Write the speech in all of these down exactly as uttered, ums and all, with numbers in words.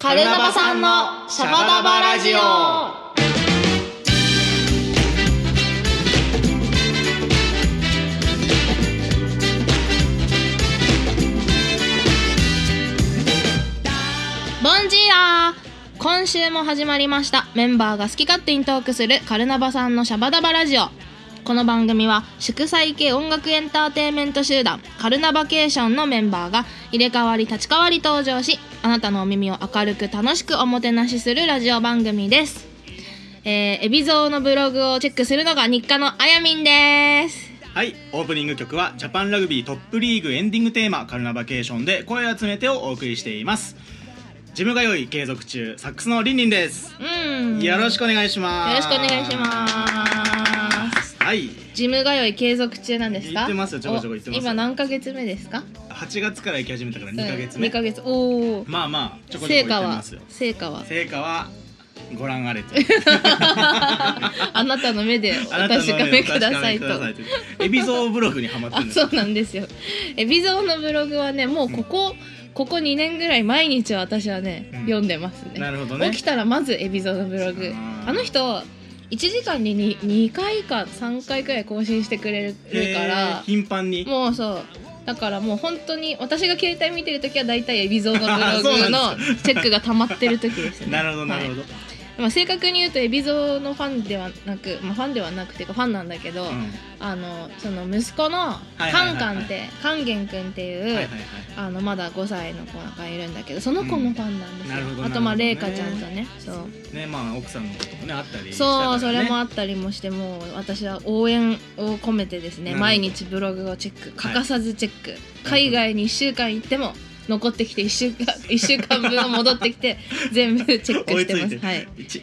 カルナバさんのシャバダバラジオ。ボンジーラー。今週も始まりました。メンバーが好き勝手にトークするカルナバさんのシャバダバラジオ。この番組は祝祭系音楽エンターテインメント集団カルナバケーションのメンバーが入れ替わり立ち替わり登場し、あなたのお耳を明るく楽しくおもてなしするラジオ番組です。えー、エビゾーのブログをチェックするのが日課のあやみんです。 はい、オープニング曲はジャパンラグビートップリーグエンディングテーマカルナバケーションで声を集めてをお送りしています。ジム通い継続中、サックスのリンリンです。 うんよろしくお願いします。 よろしくお願いします。 はい、 ジム通い継続中なんですか？ 言ってますよ、ちょこちょこ言ってますよ。 今何ヶ月目ですか？ はちがつから行き始めたからにかげつめ、 うん、にかげつ。おお。 まあまあちょこちょこ言ってますよ。 成果は成果はご覧あれとあなたの目でお確かめくださいと。 エビゾーブログにハマってるんです。 そうなんですよ。エビゾーのブログはね、もうここ、うんここにねんぐらい毎日私はね、うん、読んでますね。 なるほどね。 起きたらまずエビゾーのブログ。あの人いちじかんに 2, 2回かさんかいくらい更新してくれるから頻繁に。もうそうだからもう本当に私が携帯見てるときはだいたいエビゾーのブログのチェックが溜まってるときですね。 なるほどなるほど、はい。 まあ、正確に言うとエビゾーのファンではなく、まあ、ファンではなくていうかファンなんだけど、うん、あのその息子のカンカンってカンゲン君っていう、はいはいはい、あのまだごさいの子がいるんだけどその子のファンなんですよ、うん、あとまあレイカちゃんとねそうね、まあ奥さんのこともねあったりしたからね。そうそれもあったりもしてもう私は応援を込めてですね毎日ブログをチェック欠かさずチェック、はい、海外にいっしゅうかん行っても残ってきていっしゅうかん、いっしゅうかんぶん戻ってきて全部チェックしてます。はい。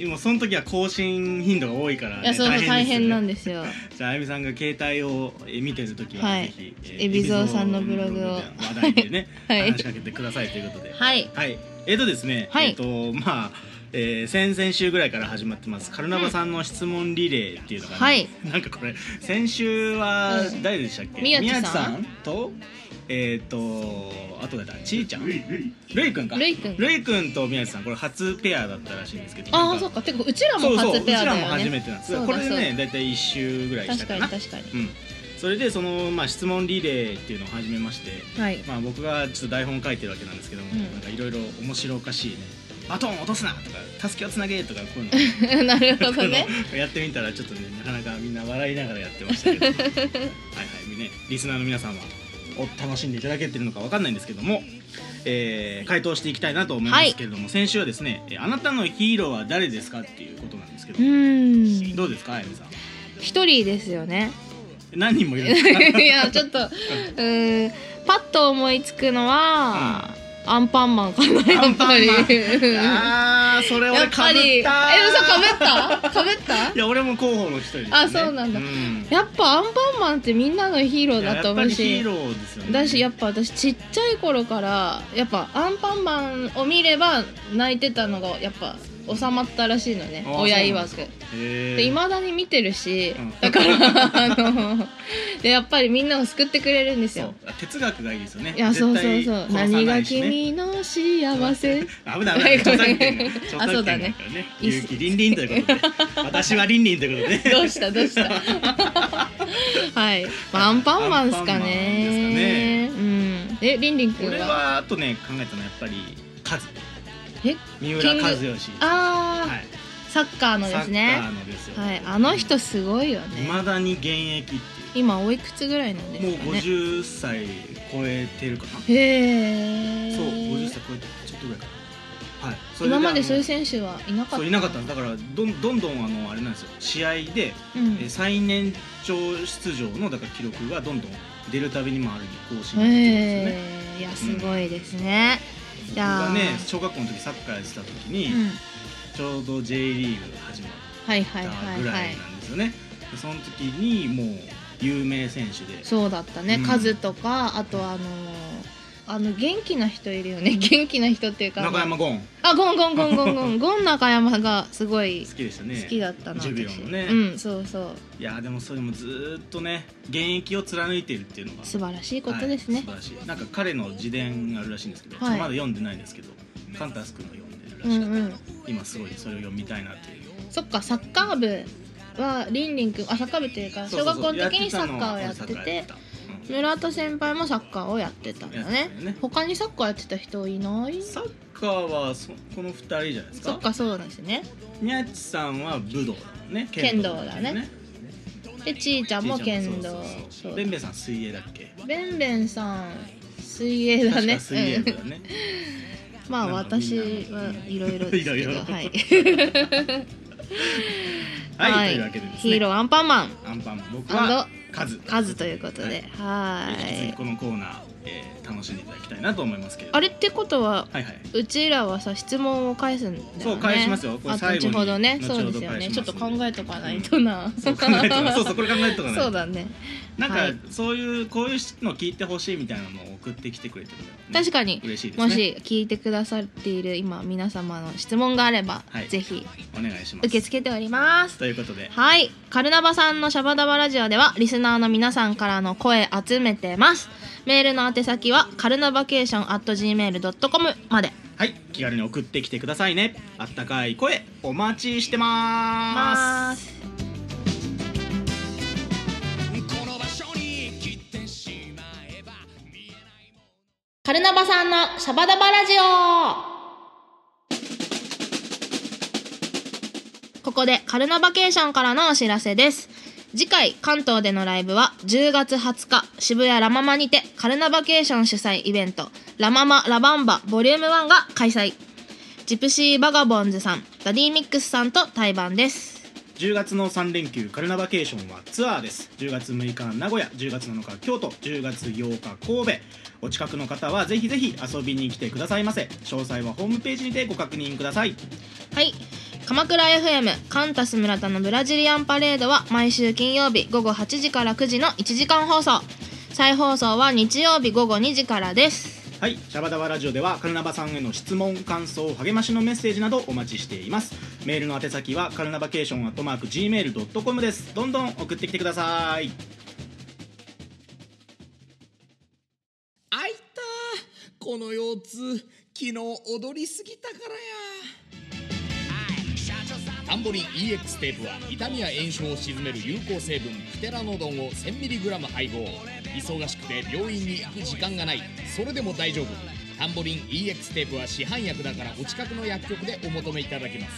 もうその時は更新頻度が多いから、ね、 いやそうそう 大, 大変なんですよ。 じゃああゆみさんが携帯を見てる時は、はい、ぜひエビゾーさんのブログを話題でね、はい、話しかけてくださいということで。 はい。 はい。えーとですね、はい、えっ、ー、とまあ。えー、先々週ぐらいから始まってますカルナバさんの質問リレーっていうのが、ね、はい、なんかこれ先週は誰でしたっけ、うん、 宮地さん、 さんとえっ、ー、とあとだちーちゃんルイくんかルイくんルイくんと宮地さんこれ初ペアだったらしいんですけどああそっかてかうちらも初ペアだよね。そうそううちらも初めてなんですこれでねだいたいいっ週ぐらいしたかな。 確かに確かに、 うん、それでその、まあ、質問リレーっていうのを始めまして、はいまあ、僕がちょっと台本書いてるわけなんですけども、うん、なんかいろいろ面白おかしいねバトン落とすなとか助けをつなげとかこういうのなるほどねやってみたらちょっとねなかなかみんな笑いながらやってましたけどはいはいねリスナーの皆さんはお楽しんでいただけてるのかわかんないんですけども、えー、回答していきたいなと思いますけれども、はい、先週はですねあなたのヒーローは誰ですかっていうことなんですけどうーんどうですかあやみさん。 一人ですよね。 何人もいるんですかいやちょっとうーんパッと思いつくのは、うんアンパンマンかなやっぱり。 ああそれ俺かぶった。え嘘かぶったかぶったいや俺も候補の一人です、ね、 あそうなんだ、うん、やっぱアンパンマンってみんなのヒーローだと思うしやっぱりヒーローですよね。 だしやっぱ私ちっちゃい頃からやっぱアンパンマンを見れば泣いてたのがやっぱ収まったらしいのね親曰くでいまだに見てるし、うん、だからあのでやっぱりみんなを救ってくれるんですよ。 哲学がいいですよね。 いやそうそうそう、ね、何が君の幸せ危ない危ない著作権が著あそうだね勇気リンリンということで私はリンリンということでどうしたどうしたはい、まあ、アンパンマンですかね。うん、えリンリン君は俺はあとね考えたのはやっぱりカズえ三浦知良。 ああ、はい、サッカーのですね。 サッカーのですよ、 はい、あの人すごいよね。 未だに現役っていう。 今おいくつぐらいなんですかね。 もうごじゅっさい超えてるかな。 へえ。 そうごじゅっさい超えてちょっとぐらいかな。はい。 今までそういう選手はいなかった。 そういなかった。だからどんどんどんあのあれなんですよ。試合で、うん、え最年長出場のだから記録がどんどん出るたびにもあるに更新してるんですよね。 へえ。いやすごいですね。 僕がね小学校の時サッカーやってた時に、うん、ちょうど J リーグ始まったぐらいなんですよね。でその時にもう有名選手でそうだったね、うん、カズとかあとあのあの元気な人いるよね元気な人っていうか中山ゴンあゴンゴンゴンゴンゴンゴン中山がすごい好きでしたね。 好きだったなジュビロのね。 うんそうそういやでもそれもずっとね現役を貫いているっていうのが素晴らしいことですね、 はい、素晴らしい。なんか彼の自伝があるらしいんですけど、はい、まだ読んでないんですけどカンタス君が読んでるらっしゃって、 うんうん、 今すごいそれを読みたいなっていう。 そっか、サッカー部はりんりんくん、あ、サッカー部っていうか小学校の時にサッカーをやってて、村田先輩もサッカーをやってたんだ ね, ね他にサッカーやってた人いない？ サッカーはそこのふたりじゃないですか。 そっか、そうなんですね。 にゃちさんは武道だもんね。 剣道だね。でちーちゃんも剣道。 べんべんさん水泳だっけ？ べんべんさん水泳だね。 水泳だね。 まあ私はいろいろですけど、はい。 はい、というわけでですね、 ヒーローアンパンマン、 アンパンマン、僕はカズカズということで、はい、 引き続きこのコーナー、えー、楽しんでいただきたいなと思いますけれども。 あれってことは、はいはい、うちらはさ質問を返すんだよね。 そう、返しますよ。これ最後に後ほどね。そうですよね。ちょっと考えとかないとな。うん、そう考えとかそうそうこれ考えとかないと。そうだね。 なんか、はい、そういうこういうの聞いてほしいみたいなのを送ってきてくれてるの、ね、 確かに嬉しいですね。 もし聞いてくださっている今皆様の質問があれば、はい、ぜひお願いします。 受け付けております。 ということで、 はい、カルナバさんのシャバダバラジオではリスナーの皆さんからの声集めてます。メールの宛先はカルナバケーション アットジーメールドットコム まで。 はい、気軽に送ってきてくださいね。あったかい声お待ちしてまーす。 カルナバさんのシャバダバラジオ。ここでカルナバケーションからのお知らせです。次回関東でのライブはじゅうがつはつか渋谷ラママにてカルナバケーション主催イベントラママラバンバボリュームワンが開催。ジプシーバガボンズさん、ダディミックスさんと対バンです。 じゅうがつのさん連休カルナバケーションはツアーです。じゅうがつむいか名古屋、じゅうがつなのか京都、じゅうがつようか神戸。お近くの方はぜひぜひ遊びに来てくださいませ。詳細はホームページにてご確認ください。 はい、鎌倉 エフエム カンタス村田のブラジリアンパレードは毎週金曜日午後はちじからくじのいちじかん放送。再放送は日曜日午後にじからです。 はい、シャバダバラジオではカルナバさんへの質問、感想、励ましのメッセージなどお待ちしています。メールの宛先はカルナバケーションアットマーク ジーメールドットコム です。どんどん送ってきてください。 あいた、この腰痛昨日踊りすぎたからや。タンボリン イーエックス テープは痛みや炎症を鎮める有効成分プテラノドンを せんミリグラム 配合。忙しくて病院に行く時間がない、それでも大丈夫。タンボリン イーエックス テープは市販薬だからお近くの薬局でお求めいただけます。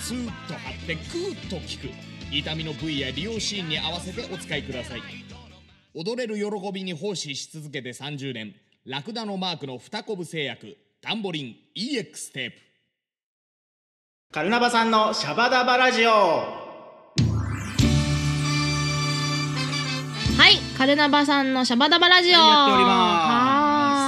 スーッと貼ってグーッと効く。痛みの部位や利用シーンに合わせてお使いください。踊れる喜びに奉仕し続けてさんじゅうねん、ラクダのマークの二コブ製薬タンボリン イーエックス テープ。 カルナバさんのシャバダバラジオ。 はい、カルナバさんのシャバダバラジオ、 やっております。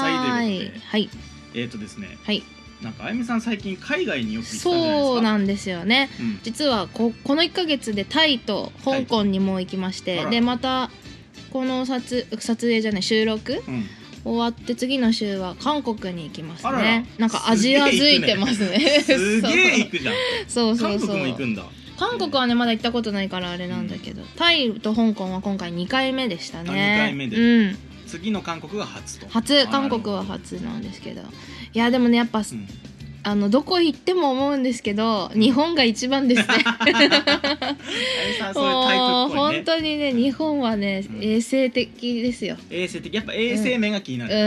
はい、 ということで、 はい、 えーとですね、 はい、 なんかあゆみさん最近海外によく行ったんじゃないですか。 そうなんですよね、うん、実は こ, このいっかげつでタイと香港にも行きまして、はい、でまたこの 撮, 撮影じゃない収録、うん、終わって次の週は韓国に行きますね。ららなんかアジア付いてますね。 すげえ行くじゃん。 そうそうそう。 韓国も行くんだ。 韓国はねまだ行ったことないからあれなんだけど、うん、タイと香港は今回にかいめでしたね。にかいめで、うん、 次の韓国が初と。 初、韓国は初なんですけど、いやでもねやっぱ、うん、あのどこ行っても思うんですけど日本が一番ですね。もう本当にね日本はね、うん、衛生的ですよ。 衛生的、やっぱ衛生面が気になる。 うん、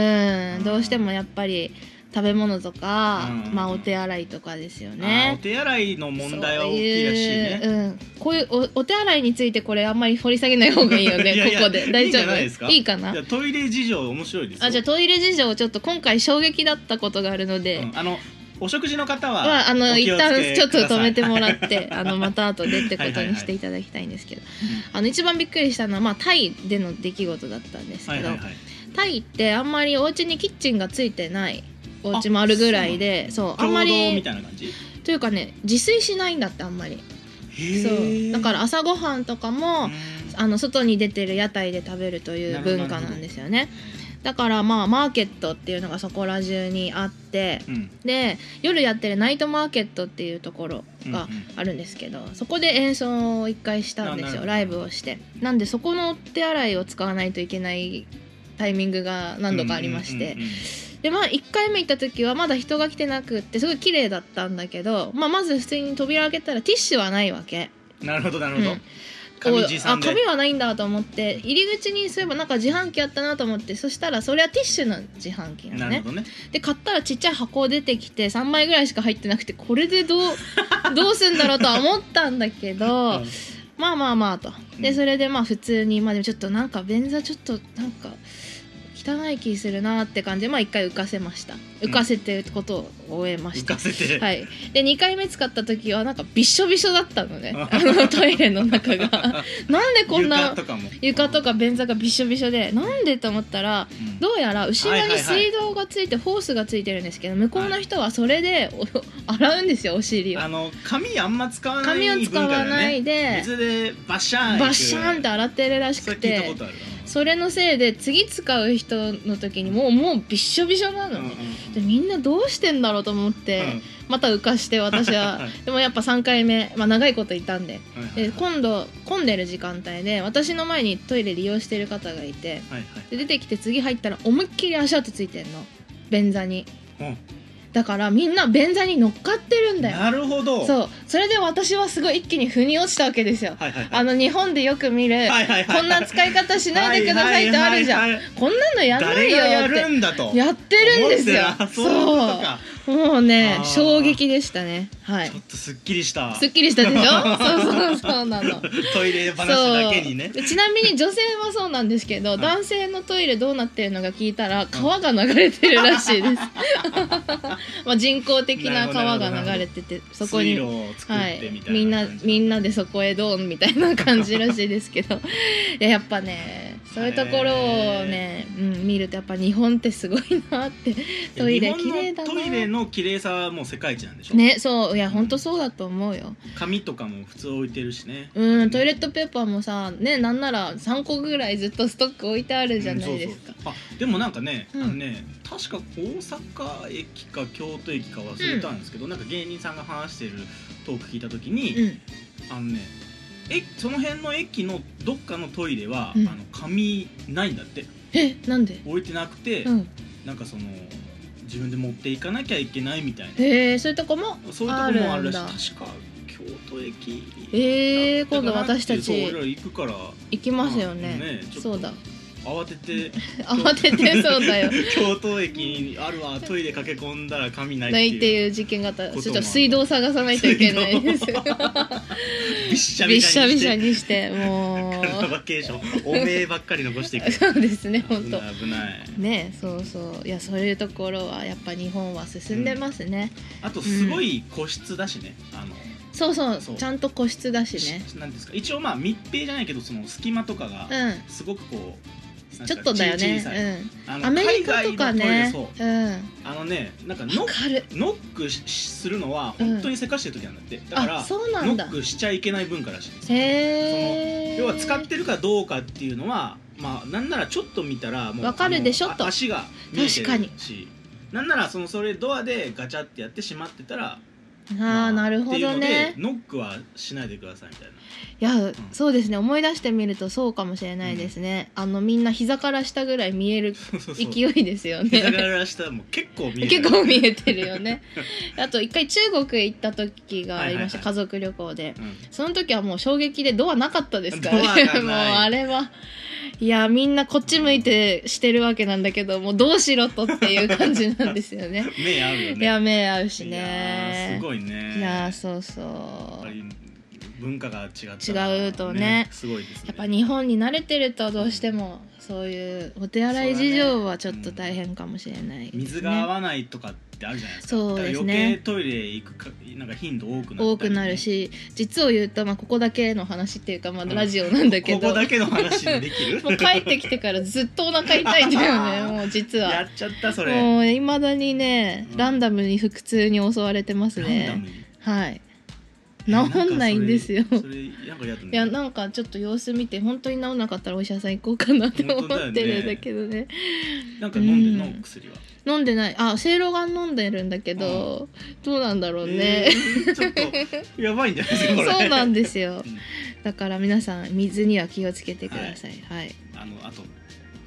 うん、どうしてもやっぱり食べ物とか、うん、まあお手洗いとかですよね。 お手洗いの問題は大きいらしいね。 うん、こういう お, お手洗いについてこれあんまり掘り下げない方がいいよね。いやいやここで大丈夫？いいんじゃないですか？いいかな。 じゃトイレ事情面白いですよ。 あ、じゃあトイレ事情ちょっと今回衝撃だったことがあるので、 うん、あのお食事の方は、 まあ、あの一旦ちょっと止めてもらってあのまた後でってことにしていただきたいんですけど、あの一番びっくりしたのは、まあ、タイでの出来事だったんですけど、はいはいはい、タイってあんまりお家にキッチンがついてないお家もあるぐらいで、そうあんまりみたいな感じというかね自炊しないんだってあんまり。そうだから朝ごはんとかもあの外に出てる屋台で食べるという文化なんですよね。だからまあマーケットっていうのがそこら中にあって、うん、で夜やってるナイトマーケットっていうところがあるんですけど、うんうん、そこで演奏を一回したんですよ、ライブをして。なんでそこの手洗いを使わないといけないタイミングが何度かありまして、 でまあいっかいめ行った時はまだ人が来てなくってすごい綺麗だったんだけど、まあ、まず普通に扉開けたらティッシュはないわけ。 なるほどなるほど、 うん紙持参であ紙はないんだと思って入り口にそういえばなんか自販機あったなと思って、そしたらそれはティッシュの自販機なのね。 なるほどね。 で買ったらちっちゃい箱出てきてさんまいぐらいしか入ってなくて、これでどうどうすんだろうとは思ったんだけど、 うんまあまあまあと。でそれでまあ普通にまあでもちょっとなんか便座ちょっとなんか汚い気するなって感じでまあいっかい浮かせました。浮かせてことを終えました。 浮かせて、 はい、でにかいめ使った時はなんかびっしょびしょだったのねあのトイレの中がなんでこんな床とかも床とか便座がびっしょびしょで、なんでと思ったら、 うん、 どうやら後ろにはいはいはい水道がついてホースがついてるんですけど、向こうの人はそれでお洗うんですよ、お尻を。 あの紙あんま使わない紙を使わないで水でバッシャーンバッシャーンって洗ってるらしくそれ聞いたて、 ことあるな。 それのせいで次使う人の時にもうもうびっしょびしょなのね、 うんうんでみんなどうしてんだろうと思って、 うんまた浮かして私はでもやっぱさんかいめ、まあ、長いこといたんで、 はいはいで今度混んでる時間帯で私の前にトイレ利用してる方がいて、 はいはいで出てきて次入ったら思いっきり足跡ついてんの、便座に。 うんだからみんな便座に乗っかってるんだよ。 なるほど。 そうそれで私はすごい一気に腑に落ちたわけですよ、 はいはいはい、 あの日本でよく見る、 はいはいはいこんな使い方しないでくださいってあるじゃん、 はいはいはいはいこんなのやんない誰よがやるってんだとやってるんですよ。 思ってたそういうことか。 もうねあー衝撃でしたね。はいちょっとすっきりしたすっきりしたでしょそうそうそうなのトイレ話だけにね。 そうちなみに女性はそうなんですけど、 はい男性のトイレどうなってるのか聞いたら川が流れてるらしいですまあ人工的な川が流れてて、そこに水路を作はってみい、みんなたいな感じ、 みんなでそこへドンみたいな感じらしいですけどいややっぱねそういうところをね、うん、見るとやっぱ日本ってすごいなってトイレ綺麗だな。 日本のトイレの綺麗さはもう世界一なんでしょ。 ね、そういや本当そうだと思うよ。 紙とかも普通置いてるしね。 うんトイレットペーパーもさね、なんならさんこぐらいずっとストック置いてあるじゃないですか、 うんそうそうあでもなんかね、 うんあのね確か大阪駅か京都駅か忘れたんですけど、なんか芸人さんが話してるトーク聞いた時に、 うんあのねえその辺の駅のどっかのトイレは、 うんあの紙ないんだって。 えなんで？ 置いてなくて、 うんなんかその自分で持っていかなきゃいけないみたいな、 へえそういうとこもそういうとこもあるらしい。 あるんだ。 確か京都駅えー、今度だったかなって私たちそう俺ら行くから行きますよね。 まあねちょっとそうだ慌てて慌ててそうだよ京都駅にあるわトイレ駆け込んだら紙ないないってういう事件があったらこともちょっと水道探さないといけないですびっしゃびっびしゃにししゃびしてゃにしても体バケーションおめえばっかり残していくそうですね本当危ない危ない。 ねそうそういやそういうところはやっぱ日本は進んでますね、 あとすごい個室だしね、あのそうそうそうちゃんと個室だしねしなんですか一応まあ密閉じゃないけどその隙間とかがうすごくこう、 んちょっとだよね小さいあのうんアメリカとかね海外のトイレそううんあのねなんかノッわかるノックしするのは本当にせかしてる時なんだって、だからあそうなノんだックしちゃいけない文化らしいです。 へえ要は使ってるかどうかっていうのはまあなんならちょっと見たらもうわかるでしょとあのあ足が見えてるし確かになんならそのそれドアでガチャってやってしまってたらあまあなるほどっていうのねでノックはしないでくださいみたいな。 いや、そうですね思い出してみるとそうかもしれないですね、あのみんな膝から下ぐらい見えるそうそうそう勢いですよね膝から下はもう結構見えてる結構見えてるよねあと一回中国行った時がありました、 はいはいはい家族旅行でうんその時はもう衝撃でドアなかったですからドアねがないもうあれはいやみんなこっち向いてしてるわけなんだけどもうどうしろとっていう感じなんですよね目合うよね。 いや目合うしいやーねすごいね。 いやそうそやっうぱり文化が違ったら違うとねすごいですね。 やっぱ日本に慣れてるとどうしてもそういうお手洗い事情はちょっと大変かもしれないですね、 水が合わないとかってあるじゃないですか。 そうですねだから余計トイレ行くかなんか頻度多くなったりね多くなるし実を言うと、まあ、ここだけの話っていうか、まあ、ラジオなんだけど、 ここだけの話にできるもう帰ってきてからずっとお腹痛いんだよねもう実はやっちゃったそれ。 もういまだにね、 うんランダムに腹痛に襲われてますランダムねにはい治んないんですよそれそれなんかやだね。 いやなんかちょっと様子見て本当に治んなかったらお医者さん行こうかなって思本当だよねってるんだけどねなんか飲んでんのうん薬は。 飲んでないあせいろがん飲んでるんだけど、どうなんだろうね、 えーちょっとやばいんじゃないですかこれ。 そうなんですようんだから皆さん水には気をつけてくださいはい、 あのあと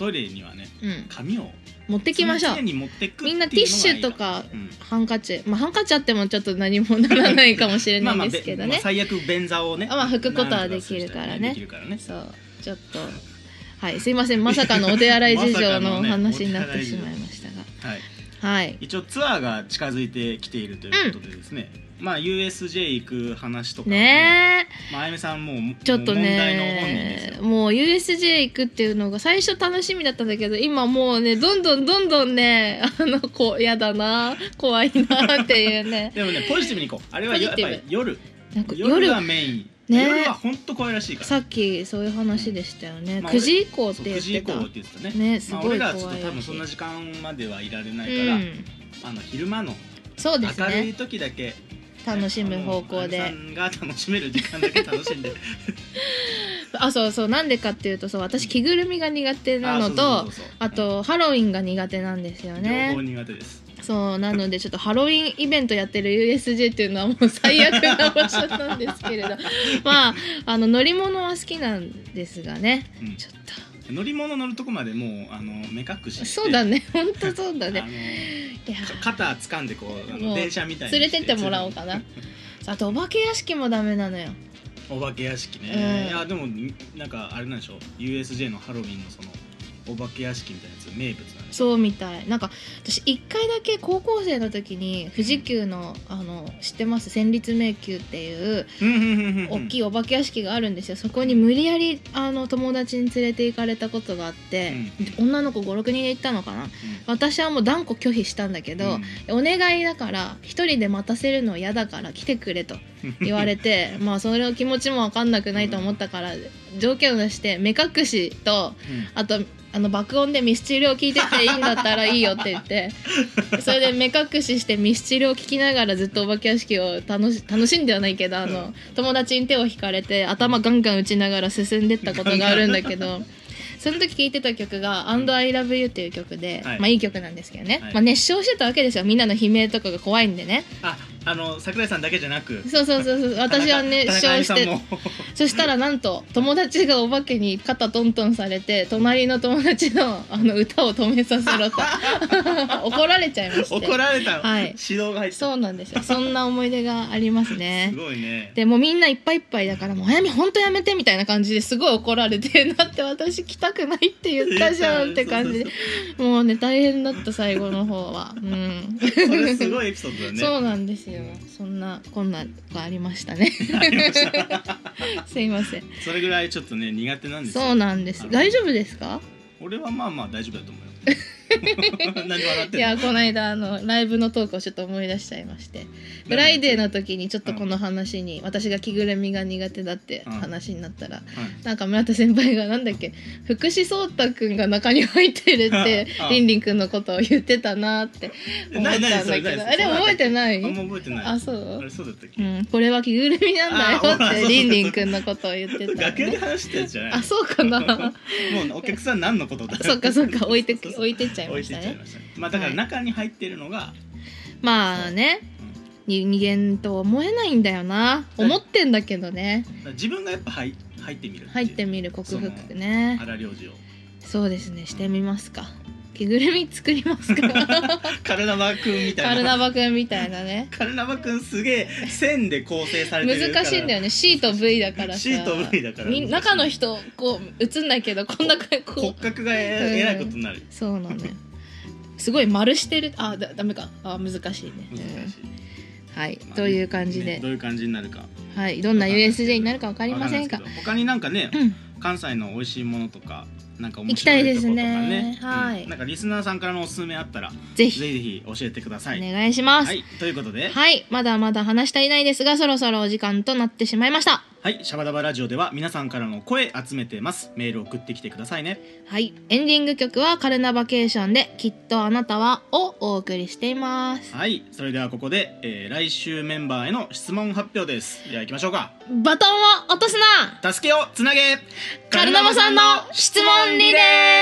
トイレにはねうん紙を持ってきましょう。 常に持ってくっていうのがいいみんなティッシュとかうんハンカチ、まあハンカチあってもちょっと何もならないかもしれないんまあまあですけどね、 べまあ最悪便座をねあまあ拭くことはできるからねできるからねそうちょっとはいすいませんまさかのお手洗い事情のおまさかのね話になってしまいましたが、 はいはい一応ツアーが近づいてきているということでですね、まあ ユーエスジェー 行く話とかもねえまああゆみさんもうちょっともう問題の本人ですよ。 ねもう ユーエスジェー 行くっていうのが最初楽しみだったんだけど今もうねどんどんどんどんねあのこうやだな怖いなっていうねでもねポジティブにいこう。あれはやっぱり夜なんか夜夜がメイン、 ね夜は本当怖いらしいから。 さっきそういう話でしたよね、 まあくじ以降っそうて言っくじ以降てたって言ってたね。 ねすごいまあ、 怖いらしい俺らはちょっと多分そんな時間まではいられないから、 うんあの昼間のそうです明るいね時だけ、 楽しむ方向であのあゆみさんが楽しめる時間だけ楽しんであそうそうなんでかっていうとそう私着ぐるみが苦手なのあとそうそうそうそうあとハロウィンが苦手なんですよ両ね方苦手です。 そうなのでちょっとハロウィンイベントやってる ユーエスジェー っていうのはもう最悪な場所なんですけれどまああの乗り物は好きなんですがね、 うんちょっ乗り物乗るとこまでもうあの目隠しして、 とそうだね本当そうだねあのいや肩掴んでこうあもうの電車みたいに連れてってもらおうかなあとお化け屋敷もダメなのよお化け屋敷ね、 うんいやでもなんかあれなんでしょう ユーエスジェー のハロウィンのそのお化け屋敷みたいなやつ名物なんですそうみたいなんか私一回だけ高校生の時に富士急のあの知ってます戦慄迷宮っていう大きい、 いお化け屋敷があるんですよそこに無理やりあの友達に連れて行かれたことがあって、女の子ごろくにんで行ったのかな私はもう断固拒否したんだけど、お願いだから一人で待たせるの嫌だから来てくれと言われてまあそれの気持ちも分かんなくないと思ったから条件を出して目隠しとあとあの爆音でミスチルを聞いてていいんだったらいいよって言ってそれで目隠ししてミスチルを聞きながらずっとお化け屋敷を楽し楽しんではないけどあの友達に手を引かれて頭ガンガン打ちながら進んでったことがあるんだけどその時聴いてた曲が「And I Love You」っていう曲で、 はいまあいい曲なんですけどね、 はいまあ、熱唱してたわけですよみんなの悲鳴とかが怖いんでねああの桜井さんだけじゃなくそうそうそうそう私は熱唱して田中田中あゆみさんもそしたらなんと友達がお化けに肩トントンされて隣の友達のあの歌を止めさせろと怒られちゃいまして怒られたの、 はい指導が入ってたそうなんですよそんな思い出がありますねすごいねでもうみんないっぱいいっぱいだからもう「あやみほんとやめて」みたいな感じですごい怒られてだって私来たくないって言ったじゃんって感じでもうね大変だった最後の方はうんそれすごいエピソードだねそうなんですよそんなこんながありましたねすいませんそれぐらいちょっとね苦手なんですよそうなんですあの大丈夫ですか俺はまあまあ大丈夫だと思うよ何笑ってんのいやこの間あのライブのトークをちょっと思い出しちゃいましてフライデーの時にちょっとこの話に、私が着ぐるみが苦手だって話になったら、 うんなんか村田先輩がなんだっけ福士蒼太くんが中に入ってるってあありんりんくんのことを言ってたなって思ったんだけど何何それ何あれ覚えてないあんま覚えてないあそうあれそうだったっけ、 うん、これは着ぐるみなんだよあほらってりんりんくんのことを言ってた、 楽屋でね、 話したやつじゃないあそうかなもうお客さん何のことだそっかそっか置いて置いてっちゃいま置いしてたねっちゃいましたねまあだから中に入ってるのが、 まあねに人間と思えないんだよな思ってんだけどね自分がやっぱ入入ってみる入ってみる克服ね荒領事をそうですねしてみますか着ぐるみ作りますかカルナバくんみたいなカルナバくんみたいなねカルナバくんすげえ線で構成されてるから難しいんだよね C と V だからさ C と V だからみ中の人こう映んないけどこんなこ骨う格がええらいことになるそうなのよすごい丸してるあだダメかあ難しいね難しい、 うんはい、 まあという感じで、 ねどういう感じになるかはいどんな ユーエスジェー になるか分かりませんがわかんないですけど他になんかね、 うん関西の美味しいものとかなんか面行きたいです白いとことかねねはいうんなんかリスナーさんからのおすすめあったらぜひぜひぜひ教えてくださいお願いしますはいということではい、まだまだ話したいないですが、そろそろお時間となってしまいました。 はいシャバダバラジオでは皆さんからの声集めてますメール送ってきてくださいねはい、エンディング曲はカルナバケーションできっとあなたはをお送りしています。 はいそれではここで、えー来週メンバーへの質問発表ですでは行きましょうかバトンを落とすな助けをつなげカルナバさんの質問リレ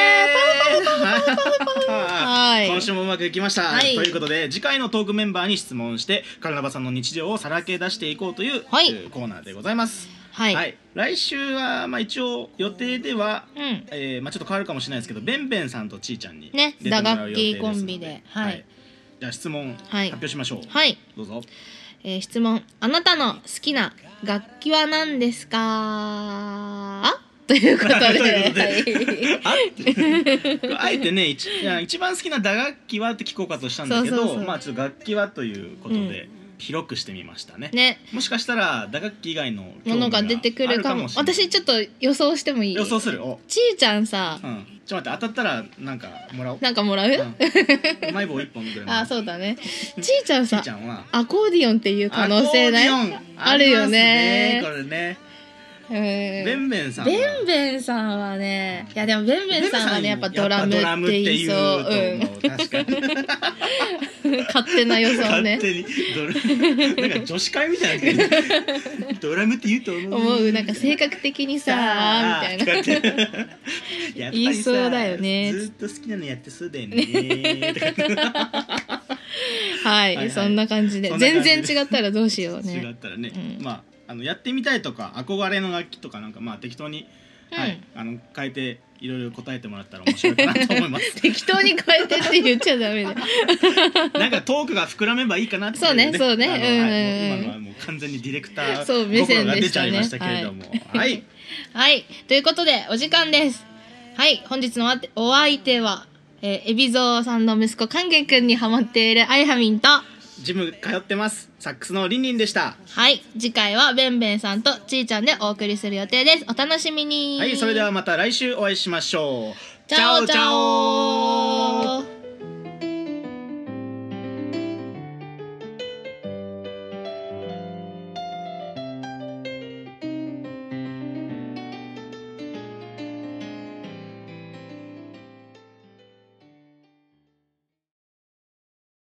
ーはい今週もうまくいきました、 はいということで次回のトークメンバーに質問してカルナバさんの日常をさらけ出していこうという、 はいえーコーナーでございますはい、 はい、来週はまあ一応予定では、 うんえーまあ、ちょっと変わるかもしれないですけどベンベンさんとちーちゃんにね出てもらう予定ですので、 打楽器コンビではい、 じゃあ質問発はい表しましょう。 はい、 どうぞ。 えー質問、あなたの好きな楽器は何ですかあということでということではいあってあえてね一いや一番好きな打楽器はって聞こうかとしたんだけど、 そうそうそうまあちょっと楽器はということで、広くしてみましたね。 ね、 もしかしたら打楽器以外のものが出てくるかも。 興味があるしれない。 私ちょっと予想してもいい？ 予想する。お、 ちーちゃんさ、 うん、ちょっと待って、当たったらなんかもらおう。 なんかもらう？ うん、うまい棒一本ぐらいの。 あ、そうだね。ちーちゃんさちーちゃんはアコーディオンっていう可能性ない？ アコーディオンあるよねありますね、これね。 うんベンベンさんはベンベンさんはね、いやでもベンベンさんはねやっぱドラムやっぱドラムって言いそう。 って言うと思う確かにうん。勝手な予想ね。 勝手にドラなんか女子会みたいなドラムって言うと思う思う、なんか性格的にささあみたいな。 とかってやっぱりさ言いそうだよねずっと好きなのやってそうだよねとかはい、 はいはいそんな感じでそんな感全じで然違ったらどうしようね。 違ったらね、 うんまああのやってみたいとか憧れの楽器とかなんかまあ適当に、 うんはい、あの変えていろいろ答えてもらったら面白いかなと思います適当に変えてって言っちゃダメだよ。 なんかトークが膨らめばいいかなっていう、 そうねそうねあのうんうんうんはいもう今のはもう完全にディレクターそう目線心がでしたね出ちゃいましたけれども、はい、 はい、ということでお時間です。はい、本日のお相手は、えー、海老蔵さんの息子勸玄くんにハマっているあいはみんと、 ジム通ってますサックスのりんりんでした。 はい、次回はベンベンさんとちーちゃんでお送りする予定です。お楽しみに。 はい、それではまた来週お会いしましょう。 チャオチャオ。